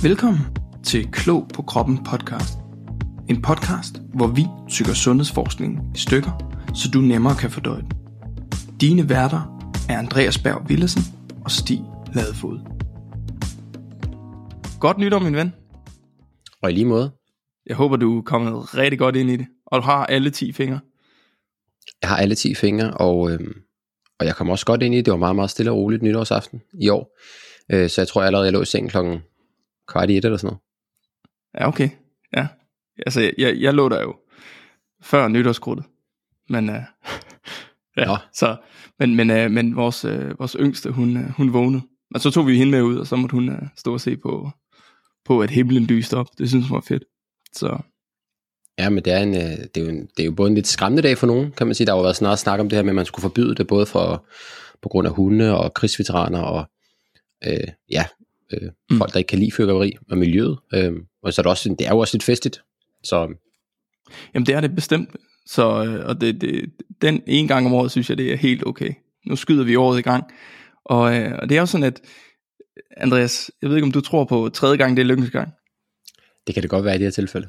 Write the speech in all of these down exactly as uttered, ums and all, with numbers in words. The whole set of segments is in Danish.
Velkommen til Klog på Kroppen podcast. En podcast, hvor vi tykker sundhedsforskningen i stykker, så du nemmere kan fordøje den. Dine værter er Andreas Berg Willesen og Stig Ladefod. Godt nytår, min ven. Og i lige måde. Jeg håber, du er kommet rigtig godt ind i det, og du har alle ti fingre. Jeg har alle ti fingre, og, øhm, og jeg kom også godt ind i det. Det var meget, meget stille og roligt nytårsaften i år. Øh, så jeg tror jeg allerede, jeg lå i sengen klokken kvart i et eller sådan noget. Ja, okay. Ja. Altså, jeg, jeg lå der jo før nytårskrudtet. Men, øh, ja, Nå. så, men, men, øh, men vores, øh, vores yngste, hun, øh, hun vågnede. Og så tog vi hende med ud, og så måtte hun øh, stå og se på, på at himlen lyste op. Det synes hun var fedt. Så... Ja, men det er, en, det, er jo en, det er jo både en lidt skræmmende dag for nogen, kan man sige. Der har jo været snart snak om det her med, at man skulle forbyde det, både for, på grund af hunde og krigsveteraner og øh, ja, øh, mm. folk, der ikke kan lide fyrværkeri og miljøet. Øh, og så er det, også, det er jo også lidt festligt. Så... Jamen det er det bestemt. Så, og det, det, den en gang om året, synes jeg, det er helt okay. Nu skyder vi året i gang. Og, øh, og det er jo sådan, at Andreas, jeg ved ikke, om du tror på tredje gang, det er lykkens gang. Det kan det godt være i det her tilfælde.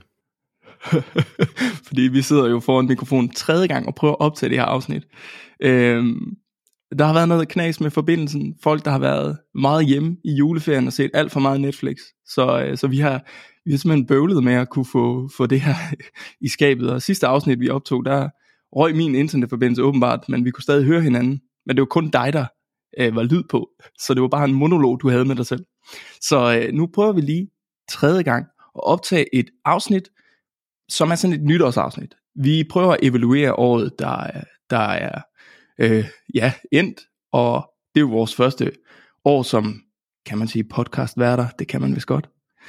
Fordi vi sidder jo foran mikrofonen tredje gang og prøver at optage det her afsnit. øhm, Der har været noget knas med forbindelsen. Folk der har været meget hjemme i juleferien og set alt for meget Netflix. Så, øh, så vi har vi har simpelthen bøvlet med at kunne få, få det her i skabet. Og sidste afsnit vi optog, der røg min internetforbindelse åbenbart, men vi kunne stadig høre hinanden. Men det var kun dig der øh, var lyd på. Så det var bare en monolog du havde med dig selv. Så øh, nu prøver vi lige tredje gang at optage et afsnit, som er sådan et nytårsafsnit. Vi prøver at evaluere året, der er, der er øh, ja, endt, og det er jo vores første år som, kan man sige, podcastværter, det kan man vist godt.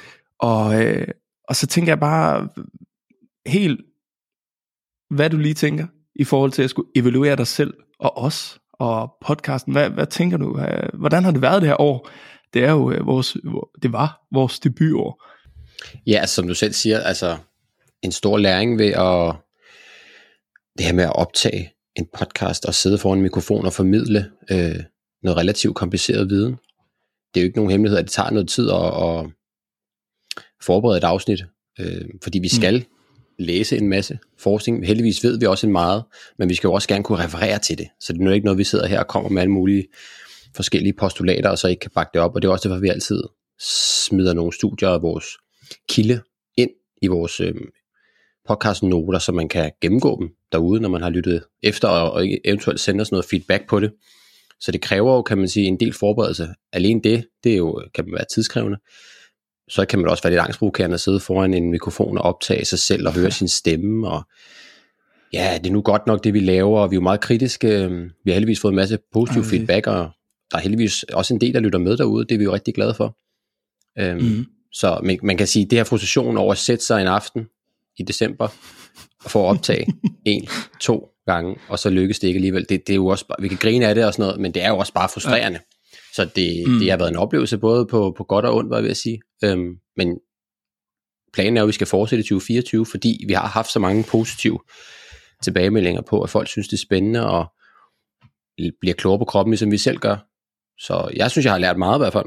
Og, øh, og så tænker jeg bare helt, hvad du lige tænker, i forhold til at skulle evaluere dig selv, og os, og podcasten. Hvad, hvad tænker du? Hvordan har det været det her år? Det er jo øh, vores, det var vores debutår. Ja, altså, som du selv siger, altså en stor læring ved at det her med at optage en podcast og sidde foran en mikrofon og formidle øh, noget relativt kompliceret viden. Det er jo ikke nogen hemmelighed, at det tager noget tid at, at forberede et afsnit, øh, fordi vi skal mm. læse en masse forskning. Heldigvis ved vi også en meget, men vi skal jo også gerne kunne referere til det. Så det er jo ikke noget, vi sidder her og kommer med alle mulige forskellige postulater, og så ikke kan bakke det op. Og det er også derfor, vi altid smider nogle studier af vores kilde ind i vores øh, podcastnoter, så man kan gennemgå dem derude, når man har lyttet efter, og, og eventuelt sende os noget feedback på det. Så det kræver jo, kan man sige, en del forberedelse. Alene det, det er jo, kan man være tidskrævende. Så kan man også være lidt angstprovokerende at sidde foran en mikrofon og optage sig selv og høre sin stemme. Og ja, det er nu godt nok det, vi laver, og vi er jo meget kritiske. Vi har heldigvis fået en masse positiv okay. feedback, og der er heldigvis også en del, der lytter med derude. Det er vi jo rigtig glade for. Øhm, mm. Så man, man kan sige, at det her frustration over at sætte sig en aften i december og få at optage en, to gange, og så lykkes det ikke alligevel. Det, det er jo også bare, vi kan grine af det og sådan noget, men det er jo også bare frustrerende. Ja. Så det, mm. det har været en oplevelse både på, på godt og ondt, hvad jeg vil sige. Øhm, men planen er jo, at vi skal fortsætte i tyve fireogtyve, fordi vi har haft så mange positive tilbagemeldinger på, at folk synes, det er spændende og bliver klogere på kroppen, ligesom vi selv gør. Så jeg synes, jeg har lært meget i hvert fald.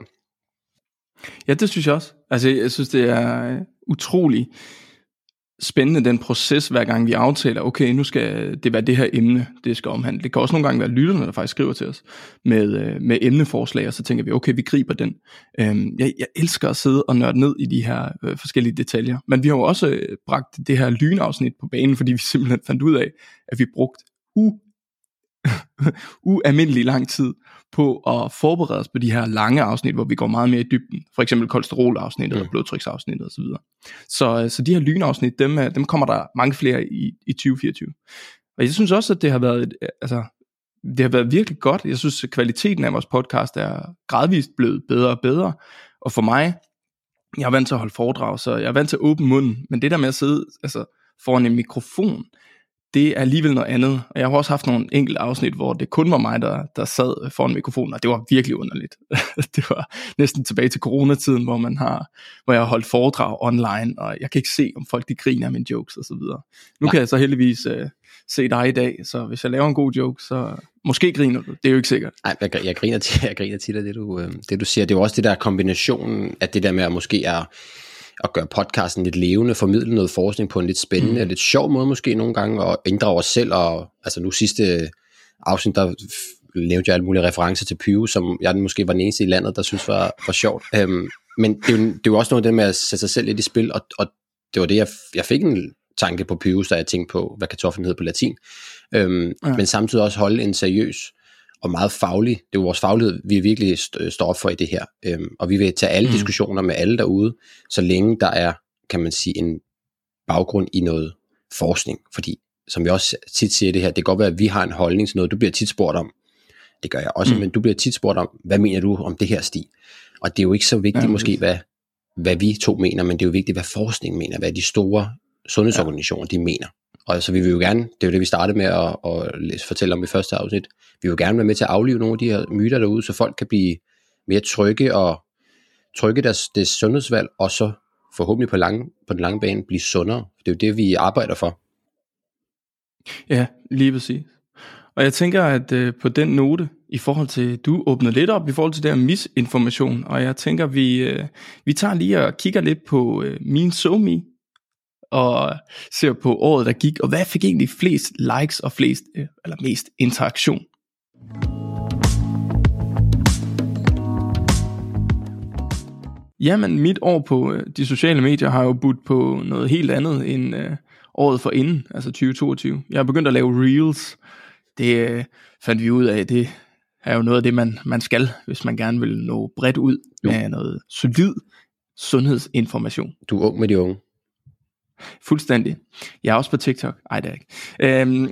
Ja, det synes jeg også. Altså, jeg synes, det er utrolig spændende, den proces, hver gang vi aftaler, okay, nu skal det være det her emne, det skal omhandle. Det kan også nogle gange være lytterne, der faktisk skriver til os med, med emneforslag, og så tænker vi, okay, vi griber den. Jeg, jeg elsker at sidde og nørde ned i de her øh, forskellige detaljer, men vi har jo også øh, bragt det her lynafsnit på banen, fordi vi simpelthen fandt ud af, at vi brugte u ualmindelig lang tid på at forberede os på de her lange afsnit, hvor vi går meget mere i dybden. For eksempel kolesterolafsnittet mm. og blodtryksafsnittet osv. Så, så de her lynafsnit, dem, dem kommer der mange flere i, i tyve fireogtyve. Og jeg synes også, at det har været et, altså, det har været virkelig godt. Jeg synes, at kvaliteten af vores podcast er gradvist blevet bedre og bedre. Og for mig, jeg er vant til at holde foredrag, så jeg er vant til at åbne munden. Men det der med at sidde altså, foran en mikrofon, det er alligevel noget andet. Og jeg har også haft nogle enkelte afsnit, hvor det kun var mig, der, der sad foran mikrofonen, og det var virkelig underligt. Det var næsten tilbage til coronatiden, hvor man har, hvor jeg har holdt foredrag online, og jeg kan ikke se, om folk de griner af mine jokes og så videre. Nu Nej. kan jeg så heldigvis uh, se dig i dag, så hvis jeg laver en god joke, så måske griner du. Det er jo ikke sikkert. Nej, jeg, jeg griner til, jeg griner til det, du, øh, det du siger. Det er jo også det der kombinationen af det der med at måske er at gøre podcasten lidt levende, formidle noget forskning på en lidt spændende, mm. lidt sjov måde måske nogle gange, og inddrage os selv, og altså nu sidste afsnit, der lavede jeg alle mulige referencer til Pyve, som jeg måske var den eneste i landet, der synes var, var sjovt. Øhm, men det er, jo, det er jo også noget af det med at sætte sig selv lidt i spil, og, og det var det, jeg, jeg fik en tanke på Pyve, da jeg tænkte på, hvad kartoflen hed på latin, øhm, ja. men samtidig også holde en seriøs og meget faglig, det er jo vores faglighed, vi virkelig st- står op for i det her, øhm, og vi vil tage alle mm. diskussioner med alle derude, så længe der er, kan man sige, en baggrund i noget forskning, fordi, som jeg også tit siger det her, det kan godt være, at vi har en holdning til noget, du bliver tit spurgt om, det gør jeg også, mm. men du bliver tit spurgt om, hvad mener du om det her, Stig? Og det er jo ikke så vigtigt ja, måske, hvad, hvad vi to mener, men det er jo vigtigt, hvad forskningen mener, hvad de store sundhedsorganisationer, ja. de mener. Og så vi vil jo gerne, det er jo det, vi startede med at, at fortælle om i første afsnit, vi vil gerne være med til at aflive nogle af de her myter derude, så folk kan blive mere trygge og trygge deres, deres sundhedsvalg, og så forhåbentlig på, lange, på den lange bane blive sundere. Det er jo det, vi arbejder for. Ja, lige præcis. Og jeg tænker, at øh, på den note, i forhold til, du åbner lidt op i forhold til det her misinformation, og jeg tænker, vi, øh, vi tager lige og kigger lidt på øh, min SoMe, og ser på året, der gik, og hvad fik egentlig flest likes og flest, øh, eller mest interaktion. Jamen, mit år på øh, de sociale medier har jo budt på noget helt andet end øh, året forinden, altså tyve toogtyve. Jeg har begyndt at lave reels. Det øh, fandt vi ud af, det er jo noget af det, man, man skal, hvis man gerne vil nå bredt ud jo. Med noget solid sundhedsinformation. Du er ung med de unge. Fuldstændig. Jeg er også på TikTok. Ej, det er ikke. Øhm,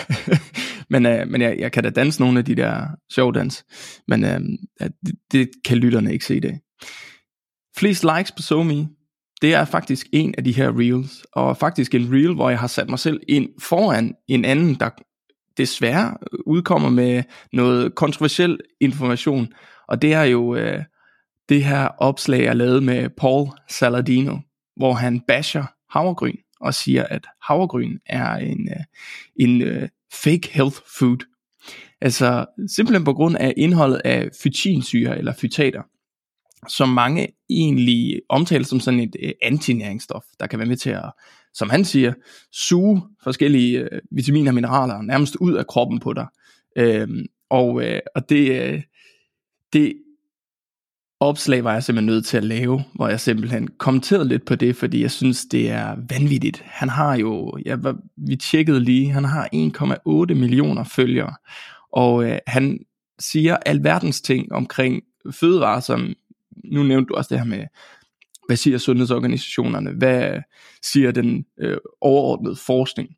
men øh, men jeg, jeg kan da danse nogle af de der showdans. Men øh, det, det kan lytterne ikke se i dag. Flest likes på SoMe, det er faktisk en af de her reels. Og faktisk en reel, hvor jeg har sat mig selv ind foran en anden, der desværre udkommer med noget kontroversiel information. Og det er jo øh, det her opslag, jeg lavede med Paul Saladino, hvor han basher havregryn og siger, at havregryn er en, uh, en uh, fake health food. Altså simpelthen på grund af indholdet af fytinsyre eller fytater, som mange egentlig omtaler som sådan et uh, antinæringsstof, der kan være med til at, som han siger, suge forskellige uh, vitaminer og mineraler nærmest ud af kroppen på dig. Uh, og, uh, og det, uh, det opslag var jeg simpelthen nødt til at lave, hvor jeg simpelthen kommenterede lidt på det, fordi jeg synes, det er vanvittigt. Han har jo, ja, vi tjekkede lige, han har en komma otte millioner følgere, og øh, han siger alverdens ting omkring fødevarer, som, nu nævnte du også det her med, hvad siger sundhedsorganisationerne, hvad siger den øh, overordnede forskning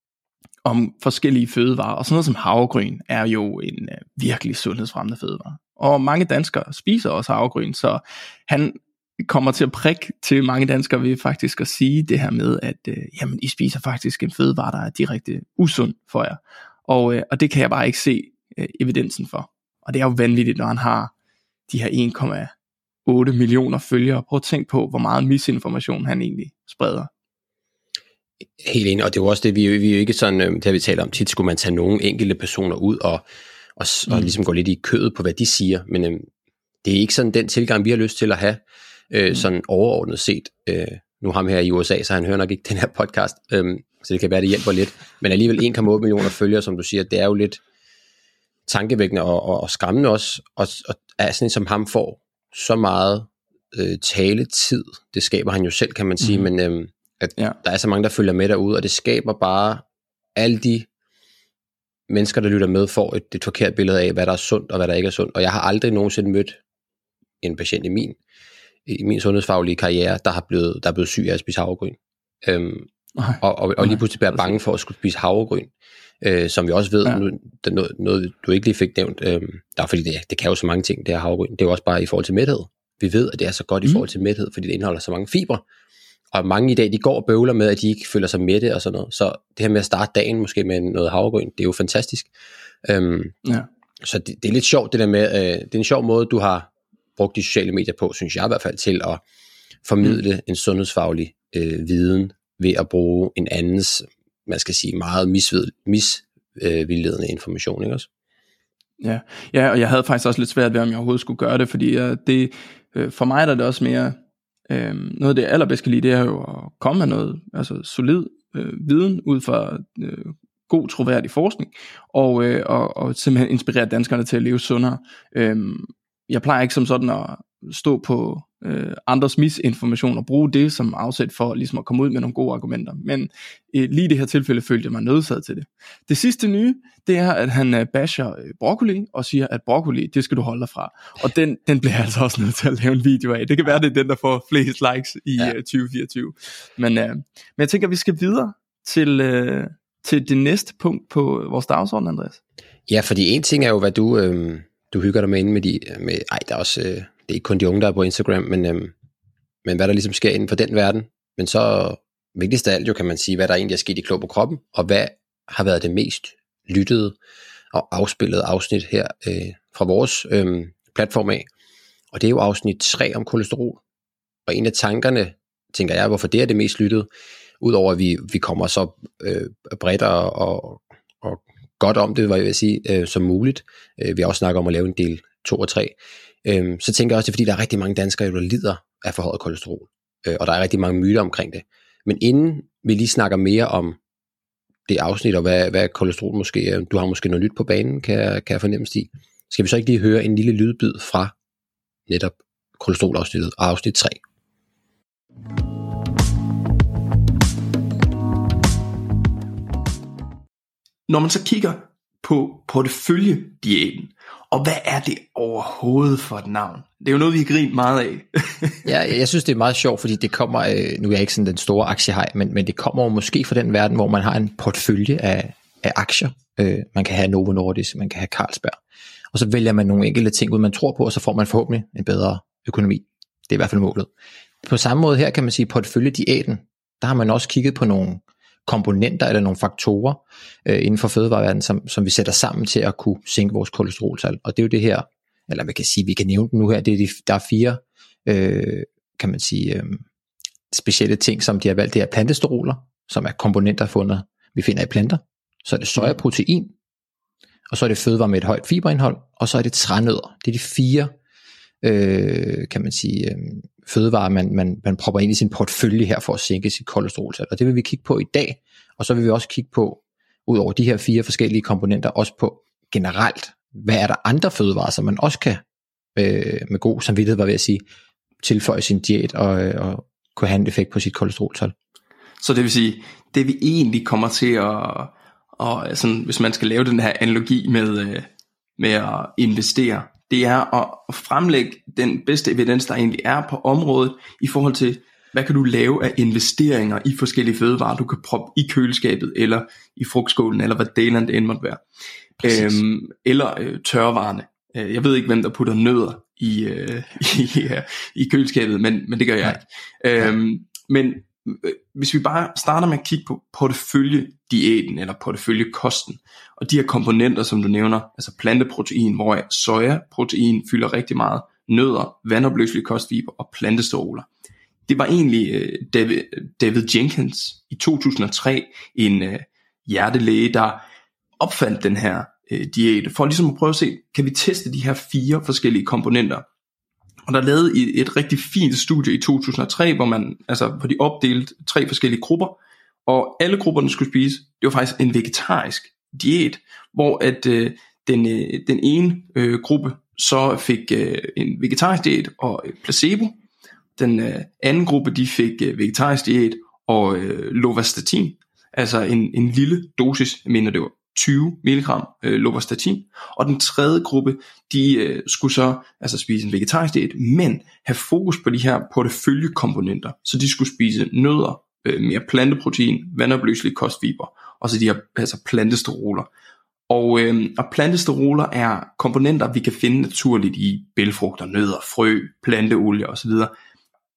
om forskellige fødevarer, og sådan noget som havregryn er jo en øh, virkelig sundhedsfremmende fødevare. Og mange danskere spiser også havregryn, så han kommer til at prikke til mange danskere ved faktisk at sige det her med, at øh, jamen, I spiser faktisk en fødevare, der er direkte usund for jer. Og, øh, og det kan jeg bare ikke se øh, evidensen for. Og det er jo vanvittigt, når han har de her en komma otte millioner følgere. Prøv at tænke på, hvor meget misinformation han egentlig spreder. Helt enig, og det er jo også det, vi, vi er jo ikke sådan, det har vi talt om tit, skulle man tage nogle enkelte personer ud og Og, og mm. ligesom gå lidt i kødet på, hvad de siger. Men øhm, det er ikke sådan den tilgang, vi har lyst til at have, øh, mm. sådan overordnet set. Øh, nu ham her i U S A, så han hører nok ikke den her podcast, øhm, så det kan være, det hjælper lidt. Men alligevel en komma otte millioner følgere, som du siger, det er jo lidt tankevækkende og, og, og skræmmende også. Og, og er sådan en som ham får så meget øh, taletid, det skaber han jo selv, kan man sige, mm. men øhm, at ja. der er så mange, der følger med derude, og det skaber bare alle de mennesker, der lytter med, får et, et forkert billede af, hvad der er sundt og hvad der ikke er sundt. Og jeg har aldrig nogensinde mødt en patient i min, i min sundhedsfaglige karriere, der, har blevet, der er blevet syg af at spise havregryn. Øhm, nej, og, og, og lige pludselig bliver bange for at skulle spise havregryn. Øh, som vi også ved, ja. nu, der er noget, noget, du ikke lige fik nævnt. Øhm, der er fordi, det, det kan jo så mange ting, det her havregryn. Det er jo også bare i forhold til mæthed. Vi ved, at det er så godt mm. i forhold til mæthed, fordi det indeholder så mange fibre. og mange i dag, de går og bøvler med, at de ikke føler sig mætte og sådan noget. Så det her med at starte dagen måske med noget havregryn, det er jo fantastisk. Øhm, ja. Så det, det er lidt sjovt det der med, øh, det er en sjov måde, du har brugt de sociale medier på, synes jeg i hvert fald, til at formidle mm. en sundhedsfaglig øh, viden ved at bruge en andens, man skal sige, meget misvildledende øh, information, ikke også? Ja. ja, og jeg havde faktisk også lidt svært ved, om jeg overhovedet skulle gøre det, fordi øh, det, øh, for mig er det også mere, øh, noget af det allerbedst kan lide, det er jo at komme med noget, altså solid øh, viden ud fra øh, god, troværdig forskning, og, øh, og, og simpelthen inspirere danskerne til at leve sundere. Øh, jeg plejer ikke som sådan at stå på øh, andres misinformation og bruge det som afsæt for ligesom at komme ud med nogle gode argumenter, men øh, lige i det her tilfælde følte jeg mig nødsaget til det. Det sidste nye, det er at han øh, basher øh, broccoli og siger at broccoli, det skal du holde dig fra, og den, den bliver jeg altså også nødt til at lave en video af. Det kan være det er den der får flest likes i ja. øh, tyve fireogtyve, men, øh, men jeg tænker at vi skal videre til, øh, til det næste punkt på vores dagsorden, Andreas. Ja, fordi en ting er jo hvad du øh, du hygger dig med inde med de med, ej der er også øh, det er ikke kun de unge, der er på Instagram, men, øhm, men hvad der ligesom sker inden for den verden. Men så vigtigst af alt jo kan man sige, hvad der egentlig er sket i Klog på Kroppen, og hvad har været det mest lyttede og afspillede afsnit her øh, fra vores øh, platform af. Og det er jo afsnit tre om kolesterol. Og en af tankerne, tænker jeg, hvorfor det er det mest lyttede, udover at vi, vi kommer så øh, bredt og, og, og godt om det, hvad jeg vil sige, øh, som muligt. Øh, vi har også snakket om at lave en del to og tre. Øhm, så tænker jeg også, det er fordi, der er rigtig mange danskere, der lider af forhøjet kolesterol, øh, og der er rigtig mange myter omkring det. Men inden vi lige snakker mere om det afsnit, og hvad, hvad kolesterol måske er, du har måske noget nyt på banen, kan jeg, kan jeg fornemme, Stig, skal vi så ikke lige høre en lille lydbid fra netop kolesterolafsnittet og afsnit tre. Når man så kigger på porteføljediæten, og hvad er det overhovedet for et navn? Det er jo noget, vi har grint meget af. Ja, jeg synes, det er meget sjovt, fordi det kommer, øh, nu er jeg ikke sådan den store aktiehaj, men, men det kommer måske fra den verden, hvor man har en portefølje af, af aktier. Øh, man kan have Novo Nordisk, man kan have Carlsberg, og så vælger man nogle enkelte ting ud, man tror på, og så får man forhåbentlig en bedre økonomi. Det er i hvert fald målet. På samme måde her kan man sige, porteføljediæten, der har man også kigget på nogle komponenter eller nogle faktorer øh, inden for fødevareverdenen, som, som vi sætter sammen til at kunne sænke vores kolesteroltal. Og det er jo det her, eller man kan sige, vi kan nævne den nu her, det er de, der er fire, øh, kan man sige, øh, specielle ting, som de har valgt. Det er plantesteroler, som er komponenter fundet, vi finder i planter. Så er det sojaprotein, og så er det fødevarer med et højt fiberindhold, og så er det trænødder. Det er de fire, øh, kan man sige, øh, fødevarer, man, man, man propper ind i sin portefølje her for at sænke sit kolesteroltal. Og det vil vi kigge på i dag, og så vil vi også kigge på, ud over de her fire forskellige komponenter, også på generelt, hvad er der andre fødevarer, som man også kan, øh, med god samvittighed, var ved at sige, tilføje sin diæt og, og kunne have en effekt på sit kolesteroltal. Så det vil sige, det vi egentlig kommer til at, og sådan, hvis man skal lave den her analogi med, med at investere, det er at fremlægge den bedste evidens, der egentlig er på området, i forhold til, hvad kan du lave af investeringer i forskellige fødevarer, du kan proppe i køleskabet, eller i frugtskålen, eller hvad delen det end måtte være. Øhm, eller øh, tørvarerne. Jeg ved ikke, hvem der putter nødder i, øh, i, øh, i køleskabet, men, men det gør jeg ikke. Øhm, men øh, hvis vi bare starter med at kigge på porteføljediæten, eller porteføljekosten, og de her komponenter, som du nævner, altså planteprotein, hvor sojaprotein fylder rigtig meget, nødder, vandopløselige kostfiber og plantesteroler. Det var egentlig øh, David, David Jenkins i to tusind og tre, en øh, hjertelæge, der opfandt den her øh, diæt, for ligesom at prøve at se, kan vi teste de her fire forskellige komponenter. Og der lavede et, et rigtig fint studie i to tusind og tre, hvor man, altså hvor de opdelte tre forskellige grupper, og alle grupperne skulle spise, det var faktisk en vegetarisk diæt, hvor at øh, den, øh, den ene øh, gruppe så fik øh, en vegetarisk diæt og øh, placebo. Den øh, anden gruppe, de fik øh, vegetarisk diæt og øh, lovastatin, altså en, en lille dosis, jeg mener det var tyve milligram øh, lovastatin, og den tredje gruppe, de øh, skulle så altså spise en vegetarisk diæt, men have fokus på de her porteføljekomponenter, så de skulle spise nødder, øh, mere planteprotein, vandopløselige kostfiber, og så de her altså plantesteroler. Og, øh, og plantesteroler er komponenter, vi kan finde naturligt i bælgfrugter, nødder, frø, planteolie osv.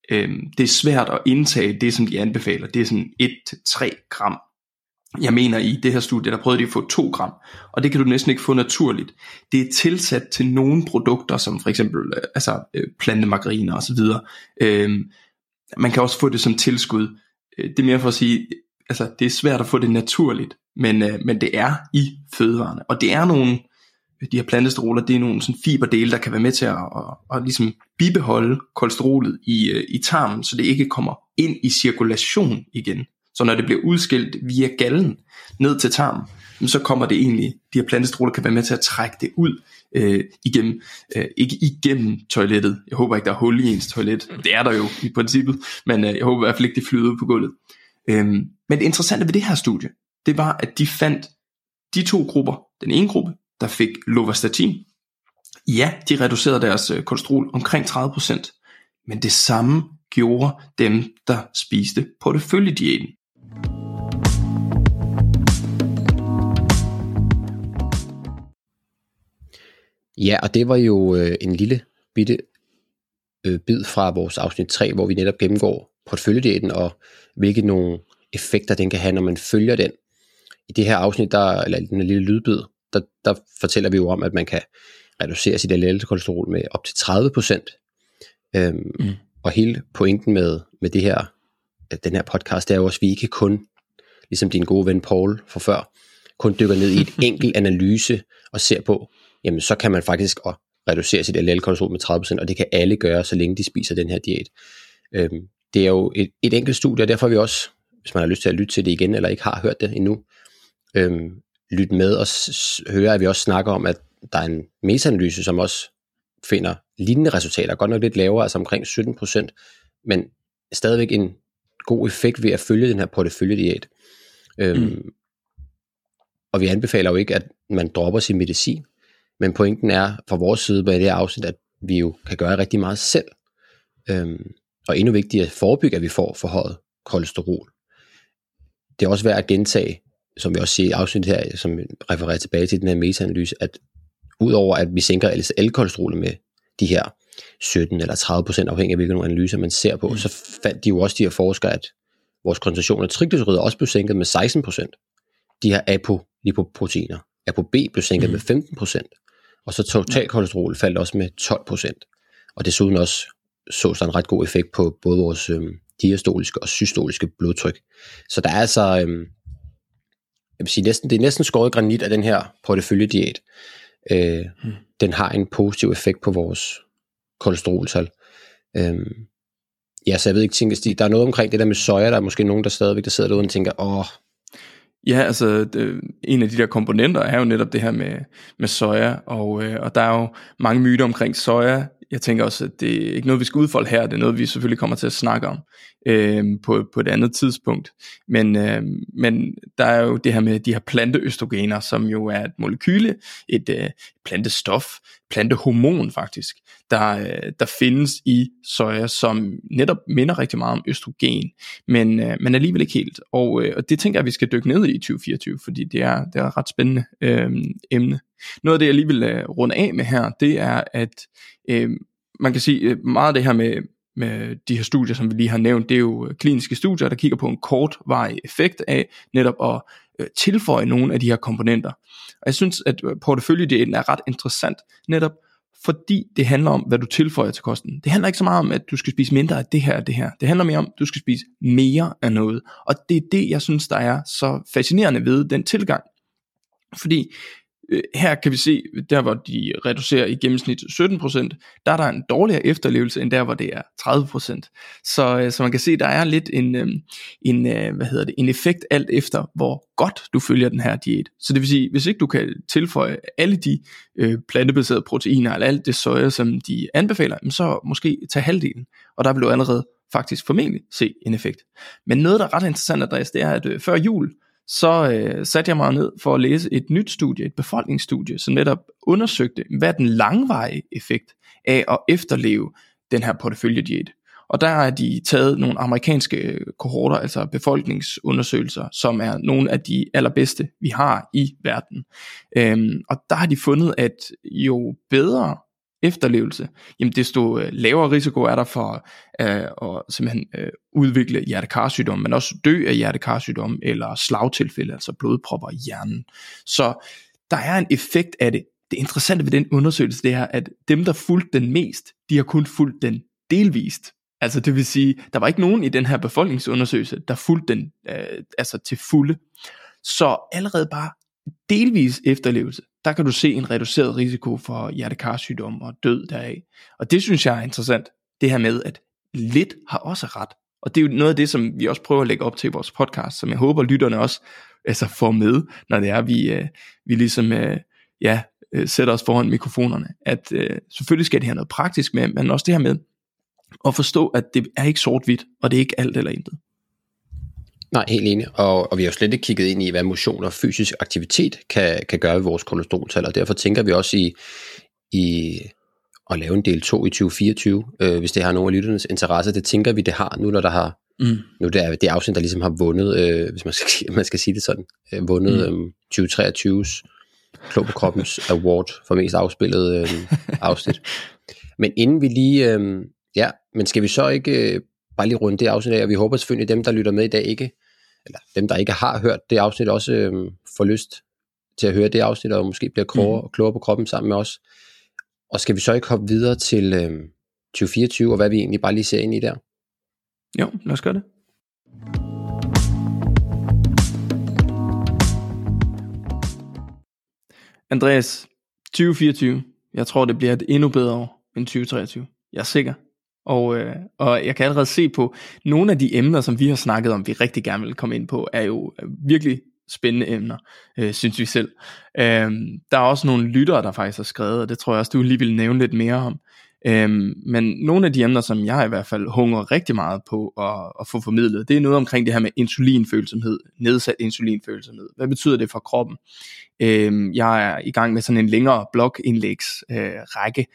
øh, det er svært at indtage det, som de anbefaler. Det er sådan et til tre gram. Jeg mener, i det her studie, der prøvede de at få to gram, og det kan du næsten ikke få naturligt. Det er tilsat til nogle produkter, som for eksempel øh, altså, øh, plantemargariner og så videre. Øh, man kan også få det som tilskud. Det er mere for at sige, altså det er svært at få det naturligt, men, øh, men det er i fødevarene, og det er nogle, de her plantesteroler, det er nogle sådan fiberdele, der kan være med til at, at, at ligesom bibeholde kolesterolet i, øh, i tarmen, så det ikke kommer ind i cirkulation igen. Så når det bliver udskilt via gallen ned til tarmen, så kommer det egentlig, de her plantesteroler kan være med til at trække det ud øh, igennem, øh, ikke igennem toilettet. Jeg håber ikke, der er hul i ens toilet. Det er der jo i princippet, men øh, jeg håber i hvert fald ikke, det flyder ud på gulvet. Øhm, men det interessante ved det her studie, det var, at de fandt de to grupper. Den ene gruppe, der fik lovastatin, ja, de reducerede deres øh, kolesterol omkring tredive procent, men det samme gjorde dem, der spiste porteføljediæten. Ja, og det var jo øh, en lille bitte øh, bid fra vores afsnit tre, hvor vi netop gennemgår porteføljediæten og hvilke nogle effekter den kan have, når man følger den. I det her afsnit, der, eller den lille lydbid, der, der fortæller vi jo om, at man kan reducere sit L D L-kolesterol med op til tredive procent. Øhm, mm. Og hele pointen med, med det her, den her podcast, det er jo også, at vi ikke kun, ligesom din gode ven Paul for før, kun dykker ned i et enkelt analyse og ser på, jamen så kan man faktisk reducere sit L D L-kolesterol med tredive procent, og det kan alle gøre, så længe de spiser den her diæt. Øhm, det er jo et, et enkelt studie, og derfor har vi også, hvis man har lyst til at lytte til det igen, eller ikke har hørt det endnu, øhm, lytte med og s- høre, at vi også snakker om, at der er en meta-analyse, som også finder lignende resultater, godt nok lidt lavere, altså omkring sytten procent, men stadigvæk en god effekt ved at følge den her porteføljediæt. Øhm, mm. Og vi anbefaler jo ikke, at man dropper sin medicin, men pointen er fra vores side på det her afsnit, at vi jo kan gøre rigtig meget selv. Øhm, og endnu vigtigere at forebygge, at vi får forhøjet kolesterol. Det er også værd at gentage, som vi også siger i afsnittet her, som refererer tilbage til den her meta-analyse, at udover at vi sænker L D L-kolesterolet med de her sytten eller tredive procent, afhængig af hvilke analyser man ser på, mm. så fandt de jo også, de her forskere, at vores koncentration af triglycerider også blev sænket med seksten procent. De her apolipoproteiner, ApoB blev sænket mm. med femten procent, og så totalkolesterol faldt også med tolv procent. Og desuden også så der en ret god effekt på både vores øhm, diastoliske og systoliske blodtryk. Så der er altså, øhm, jeg vil sige, næsten, det er næsten skåret granit af den her porteføljediæt. Øh, hmm. Den har en positiv effekt på vores kolesteroltal. Øhm, ja, så jeg ved ikke, tænker, Stig, der er noget omkring det der med soja, der er måske nogen, der stadigvæk der sidder derude og tænker, åh. Ja, altså det, en af de der komponenter er jo netop det her med, med soja, og, øh, og der er jo mange myter omkring soja. Jeg tænker også, at det er ikke noget, vi skal udfolde her, det er noget, vi selvfølgelig kommer til at snakke om øh, på, på et andet tidspunkt. Men, øh, men der er jo det her med de her planteøstrogener, som jo er et molekyle, et øh, plantestof, plantehormon faktisk, der, øh, der findes i soja, som netop minder rigtig meget om østrogen, men, øh, men alligevel ikke helt. Og, øh, og det tænker jeg, at vi skal dykke ned i i tyve fireogtyve, fordi det er, det er et ret spændende øh, emne. Noget af det, jeg lige vil øh, runde af med her, det er, at øh, man kan sige, meget af det her med, med de her studier, som vi lige har nævnt, det er jo kliniske studier, der kigger på en kortvarig effekt af netop at øh, tilføje nogle af de her komponenter. Og jeg synes, at porteføljediæten er ret interessant, netop fordi det handler om, hvad du tilføjer til kosten. Det handler ikke så meget om, at du skal spise mindre af det her og det her. Det handler mere om, at du skal spise mere af noget. Og det er det, jeg synes, der er så fascinerende ved den tilgang. Fordi øh, her kan vi se, der hvor de reducerer i gennemsnit sytten procent, der er der en dårligere efterlevelse, end der hvor det er tredive procent. Så, øh, så man kan se, der er lidt en, øh, en, øh, hvad hedder det, en effekt alt efter, hvor godt du følger den her diæt. Så det vil sige, hvis ikke du kan tilføje alle de øh, plantebaserede proteiner, eller alt det soja, som de anbefaler, så måske tage halvdelen, og der vil du allerede faktisk formentlig se en effekt. Men noget, der er ret interessant, Andreas, det er, at øh, før jul, så øh, satte jeg mig ned for at læse et nyt studie, et befolkningsstudie, som netop undersøgte, hvad er den langvarige effekt af at efterleve den her porteføljediæt. Og der er de taget nogle amerikanske kohorter, altså befolkningsundersøgelser, som er nogle af de allerbedste, vi har i verden. Øhm, og der har de fundet, at jo bedre efterlevelse, jamen desto øh, lavere risiko er der for øh, at simpelthen øh, udvikle hjertekarsygdom, men også dø af hjertekarsygdom eller slagtilfælde, altså blodpropper i hjernen. Så der er en effekt af det. Det interessante ved den undersøgelse, det er, at dem, der fulgte den mest, de har kun fulgt den delvist. Altså det vil sige, der var ikke nogen i den her befolkningsundersøgelse, der fulgte den øh, altså til fulde. Så allerede bare delvis efterlevelse, der kan du se en reduceret risiko for hjertekarsygdom og død deraf. Og det synes jeg er interessant, det her med, at lidt har også ret. Og det er jo noget af det, som vi også prøver at lægge op til i vores podcast, som jeg håber, lytterne også altså, får med, når det er, vi, øh, vi ligesom øh, ja, øh, sætter os foran mikrofonerne. At øh, selvfølgelig skal det have noget praktisk med, men også det her med at forstå, at det er ikke sort-hvidt, og det er ikke alt eller intet. Nej, helt enig. Og, og vi har jo slet ikke kigget ind i, hvad motion og fysisk aktivitet kan, kan gøre ved vores kolesteroltal, og derfor tænker vi også i, i at lave en del to i tyve fireogtyve, øh, hvis det har nogle af lytternes interesse. Det tænker vi, det har nu, når der har, mm. nu det er det afsnit, der ligesom har vundet, øh, hvis man skal, man skal sige det sådan, øh, vundet mm. øh, tyve treogtyves Klog på Kroppens Award for mest afspillet øh, afsnit. Men inden vi lige, øh, ja, men skal vi så ikke øh, bare lige runde det afsnit af, og vi håber selvfølgelig, at dem, der lytter med i dag, ikke, eller dem, der ikke har hørt det afsnit, også øh, får lyst til at høre det afsnit, og måske bliver klogere, mm. klogere på kroppen sammen med os. Og skal vi så ikke hoppe videre til øh, tyve fireogtyve, og hvad vi egentlig bare lige ser ind i der? Jo, lad os gøre det. Andreas, tyve fireogtyve, jeg tror, det bliver et endnu bedre år end tyve treogtyve. Jeg er sikker. Og, øh, og jeg kan allerede se på, nogle af de emner, som vi har snakket om, vi rigtig gerne vil komme ind på, er jo virkelig spændende emner, øh, synes vi selv. Øh, der er også nogle lyttere, der faktisk har skrevet, og det tror jeg også, du lige vil nævne lidt mere om. Øh, men nogle af de emner, som jeg i hvert fald hungrer rigtig meget på at, at få formidlet, det er noget omkring det her med insulinfølsomhed, nedsat insulinfølsomhed. Hvad betyder det for kroppen? Øh, jeg er i gang med sådan en længere blogindlægs øh, række,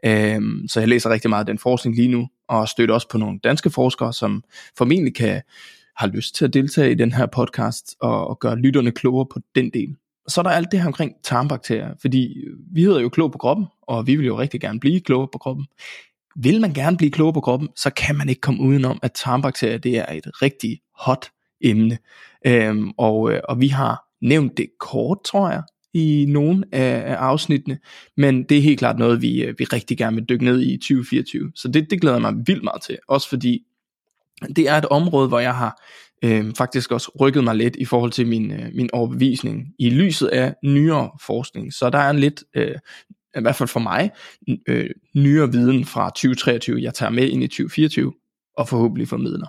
øh, så jeg læser rigtig meget af den forskning lige nu, og støtter også på nogle danske forskere, som formentlig kan har lyst til at deltage i den her podcast og, og gøre lytterne klogere på den del. Så er der alt det her omkring tarmbakterier, fordi vi hedder jo Klog på Kroppen, og vi vil jo rigtig gerne blive klogere på kroppen. Vil man gerne blive klogere på kroppen, så kan man ikke komme udenom, at tarmbakterier, det er et rigtig hot emne. Øhm, og, og vi har nævnt det kort, tror jeg, i nogle af, af afsnittene, men det er helt klart noget, vi, vi rigtig gerne vil dykke ned i i tyve fireogtyve. Så det, det glæder jeg mig vildt meget til, også fordi det er et område, hvor jeg har øh, faktisk også rykket mig lidt i forhold til min, øh, min overbevisning i lyset af nyere forskning. Så der er en lidt, øh, i hvert fald for mig, øh, nyere viden fra tyve treogtyve, jeg tager med ind i tyve fireogtyve og forhåbentlig formidler.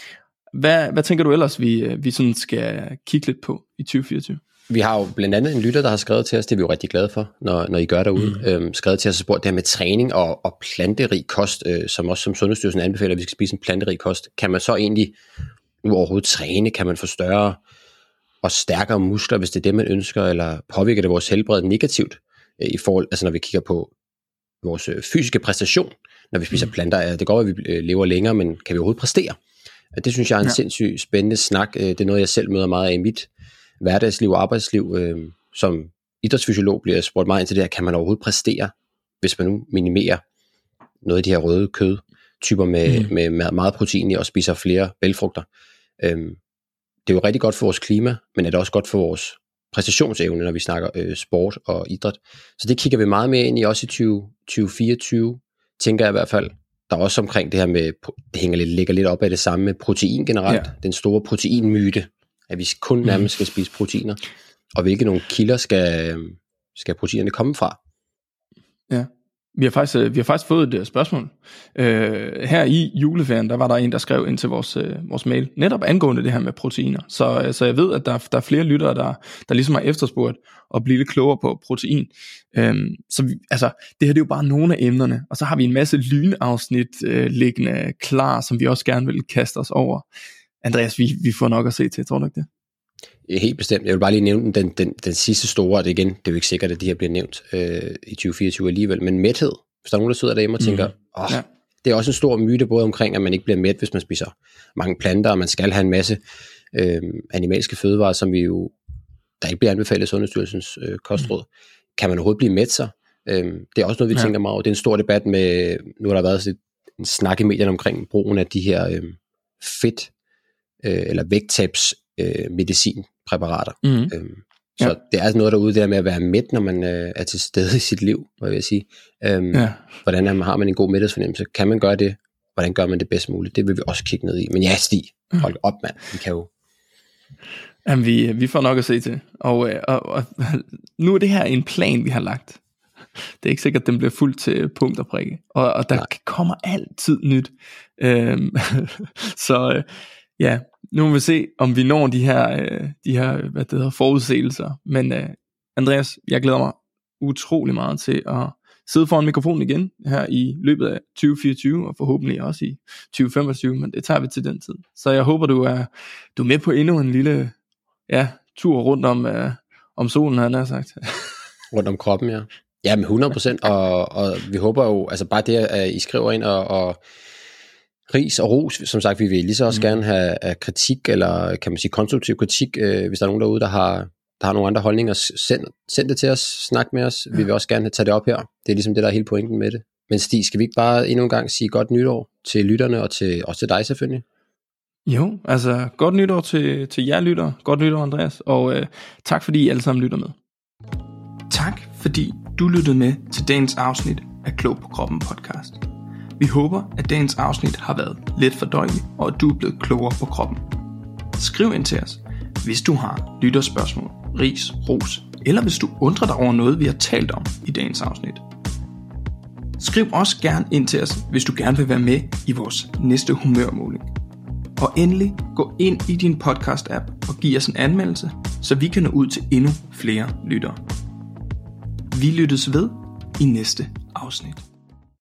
Hvad, hvad tænker du ellers, vi, vi sådan skal kigge lidt på i tyve fireogtyve? Vi har jo blandt andet en lytter, der har skrevet til os, det er vi jo rigtig glade for, når, når I gør derude, mm. øhm, skrevet til os og spurgt det her med træning og, og planterig kost, øh, som også som Sundhedsstyrelsen anbefaler, at vi skal spise en planterig kost. Kan man så egentlig nu overhovedet træne? Kan man få større og stærkere muskler, hvis det er det, man ønsker, eller påvirker det vores helbred negativt, øh, i forhold, altså når vi kigger på vores øh, fysiske præstation, når vi spiser mm. planter? Det går, at vi øh, lever længere, men kan vi overhovedet præstere? Det synes jeg er en ja. sindssygt spændende snak. Det er noget, jeg selv møder meget af i mit hverdagsliv og arbejdsliv. Øh, som idrætsfysiolog bliver jeg spurgt meget ind til det her, kan man overhovedet præstere, hvis man nu minimerer noget af de her røde kødtyper med, mm. med, med meget protein i og spiser flere bælgfrugter. Øh, det er jo rigtig godt for vores klima, men er det også godt for vores præstationsevne, når vi snakker øh, sport og idræt. Så det kigger vi meget mere ind i, også i tyve fireogtyve, tænker jeg i hvert fald. Der er også omkring det her med, det hænger lidt, ligger lidt op af det samme med protein generelt, ja. Den store proteinmyte, at vi kun nærmest skal spise proteiner, og hvilke nogle kilder skal, skal proteinerne komme fra. Ja, vi har faktisk, vi har faktisk fået et spørgsmål. Øh, her i juleferien, der var der en, der skrev ind til vores, vores mail, netop angående det her med proteiner. Så, så jeg ved, at der, der er flere lyttere, der, der ligesom har efterspurgt at blive lidt klogere på protein. Øhm, så vi, altså, det her det er jo bare nogle af emnerne, og så har vi en masse lynafsnit øh, liggende klar, som vi også gerne vil kaste os over. Andreas, vi, vi får nok at se til, tror du ikke det? Helt bestemt. Jeg vil bare lige nævne den, den, den sidste store, det igen, det er jo ikke sikkert, at de her bliver nævnt øh, i tyve fireogtyve alligevel, men mæthed. Hvis der er nogen, der sidder derhjemme og tænker, mm. åh, ja. Det er også en stor myte, både omkring, at man ikke bliver mæt, hvis man spiser mange planter, og man skal have en masse øh, animalske fødevarer, som vi jo, der ikke bliver anbefalet i Sundhedsstyrelsens øh, kostråd. Mm. Kan man overhovedet blive mæt sig? Øhm, det er også noget, vi ja. tænker meget over. Det er en stor debat med, nu har der været sådan en snak i medierne omkring brugen af de her øhm, fedt, øh, eller vægttabs øh, medicinpræparater. Mm. Øhm, så ja. det er altså noget derude der med at være mæt, når man øh, er til stede i sit liv, hvad vil jeg sige. Øhm, ja. Hvordan er man, har man en god mæthedsfornemmelse? Kan man gøre det? Hvordan gør man det bedst muligt? Det vil vi også kigge ned i. Men ja, Stig, hold op, mand. Vi kan jo... Jamen, vi, vi får nok at se til. Og, og, og nu er det her en plan, vi har lagt. Det er ikke sikkert, at den bliver fuldt til punkt og prikke. Og, og der Nej. kommer altid nyt. Øhm, så ja, nu må vi se, om vi når de her, de her hvad det hedder, forudsigelser. Men uh, Andreas, jeg glæder mig utrolig meget til at sidde foran mikrofonen igen her i løbet af tyve fireogtyve, og forhåbentlig også i tyve femogtyve, men det tager vi til den tid. Så jeg håber, du er, du er med på endnu en lille ja, tur rundt om, uh, om solen, han har sagt. Rundt om kroppen, ja. Ja, med hundrede procent, og, og vi håber jo, altså bare det, at I skriver ind, og, og ris og ros, som sagt, vi vil lige så også mm. gerne have, have kritik, eller kan man sige konstruktiv kritik, øh, hvis der er nogen derude, der har, der har nogle andre holdninger, send, send det til os, snak med os, vi vil også gerne tage det op her, det er ligesom det, der er hele pointen med det. Men Stig, skal vi ikke bare endnu en gang sige godt nytår til lytterne, og til, også til dig selvfølgelig? Jo, altså godt nytår til, til jer lytter, godt nytår Andreas, og øh, tak fordi I alle sammen lytter med. Tak fordi du lyttede med til dagens afsnit af Klog på Kroppen podcast. Vi håber, at dagens afsnit har været let fordøjeligt, og at du er blevet klogere på kroppen. Skriv ind til os, hvis du har lytterspørgsmål, ris, ros, eller hvis du undrer dig over noget, vi har talt om i dagens afsnit. Skriv også gerne ind til os, hvis du gerne vil være med i vores næste humørmåling. Og endelig gå ind i din podcast-app og giv os en anmeldelse, så vi kan nå ud til endnu flere lyttere. Vi lyttes ved i næste afsnit.